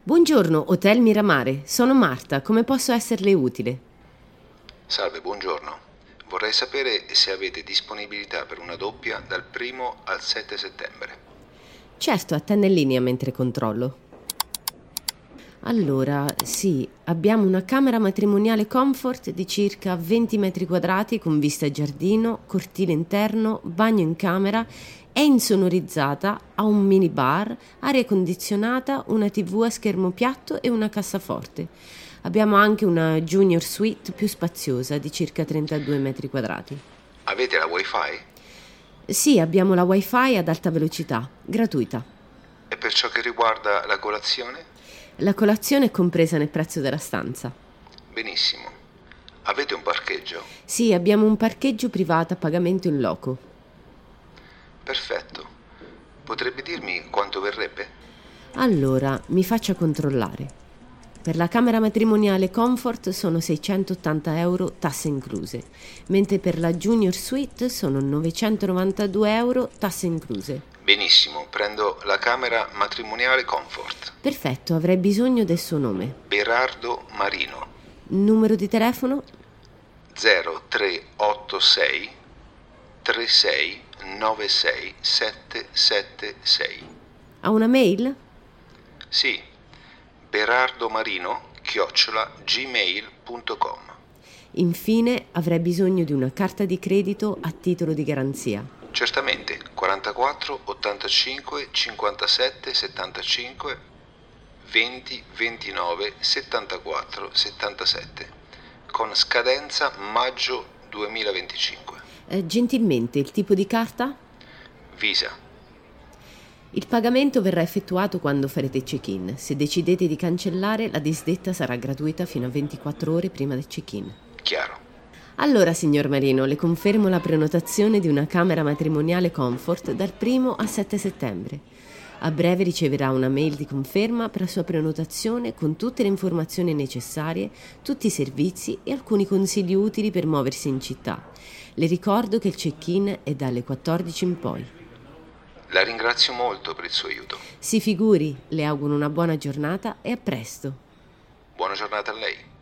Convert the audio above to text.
Buongiorno, Hotel Miramare. Sono Marta, come posso esserle utile? Salve, buongiorno. Vorrei sapere se avete disponibilità per una doppia dal 1 al 7 settembre. Certo, attende in linea mentre controllo. Allora, sì, abbiamo una camera matrimoniale comfort di circa 20 metri quadrati con vista giardino, cortile interno, bagno in camera, è insonorizzata, ha un minibar, aria condizionata, una TV a schermo piatto e una cassaforte. Abbiamo anche una junior suite più spaziosa di circa 32 metri quadrati. Avete la wifi? Sì, abbiamo la wifi ad alta velocità, gratuita. E per ciò che riguarda la colazione? La colazione è compresa nel prezzo della stanza. Benissimo. Avete un parcheggio? Sì, abbiamo un parcheggio privato a pagamento in loco. Perfetto. Potrebbe dirmi quanto verrebbe? Allora, mi faccia controllare. Per la camera matrimoniale comfort sono 680 euro tasse incluse, mentre per la junior suite sono 992 euro tasse incluse. Benissimo, prendo la camera matrimoniale comfort. Perfetto, avrei bisogno del suo nome. Berardo Marino. Numero di telefono? 0386 36 96 776. Ha una mail? Sì, berardomarino@gmail.com. Infine, avrei bisogno di una carta di credito a titolo di garanzia. Certamente, 44 85 57 75 20 29 74 77, con scadenza maggio 2025. Gentilmente, il tipo di carta? Visa. Il pagamento verrà effettuato quando farete check-in. Se decidete di cancellare, la disdetta sarà gratuita fino a 24 ore prima del check-in. Chiaro. Allora, signor Marino, le confermo la prenotazione di una camera matrimoniale comfort dal 1 al 7 settembre. A breve riceverà una mail di conferma per la sua prenotazione con tutte le informazioni necessarie, tutti i servizi e alcuni consigli utili per muoversi in città. Le ricordo che il check-in è dalle 14 in poi. La ringrazio molto per il suo aiuto. Si figuri, le auguro una buona giornata e a presto. Buona giornata a lei.